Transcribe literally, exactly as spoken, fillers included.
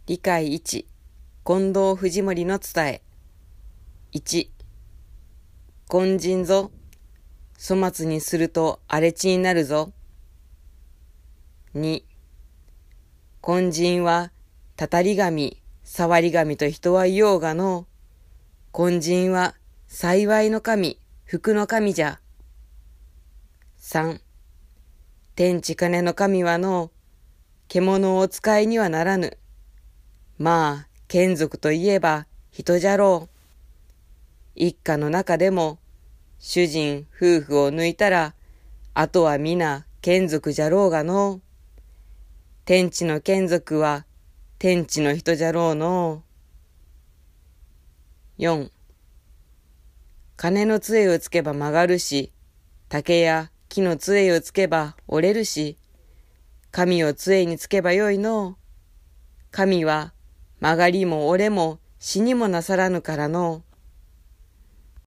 理解いち、近藤藤森の伝え。いち、根人ぞ。粗末にすると荒れ地になるぞ。に、根人はたたり神、触り神と人は言おうがのう。根人は幸いの神、福の神じゃ。さん、天地金の神はのう、獣をお使いにはならぬ。まあ、眷属といえば人じゃろう。一家の中でも、主人、夫婦を抜いたら、あとは皆眷属じゃろうがのう。天地の眷属は天地の人じゃろうのう。よん、金の杖をつけば曲がるし、竹や木の杖をつけば折れるし、神を杖につけばよいのう。神は曲がりも折れも死にもなさらぬからのう。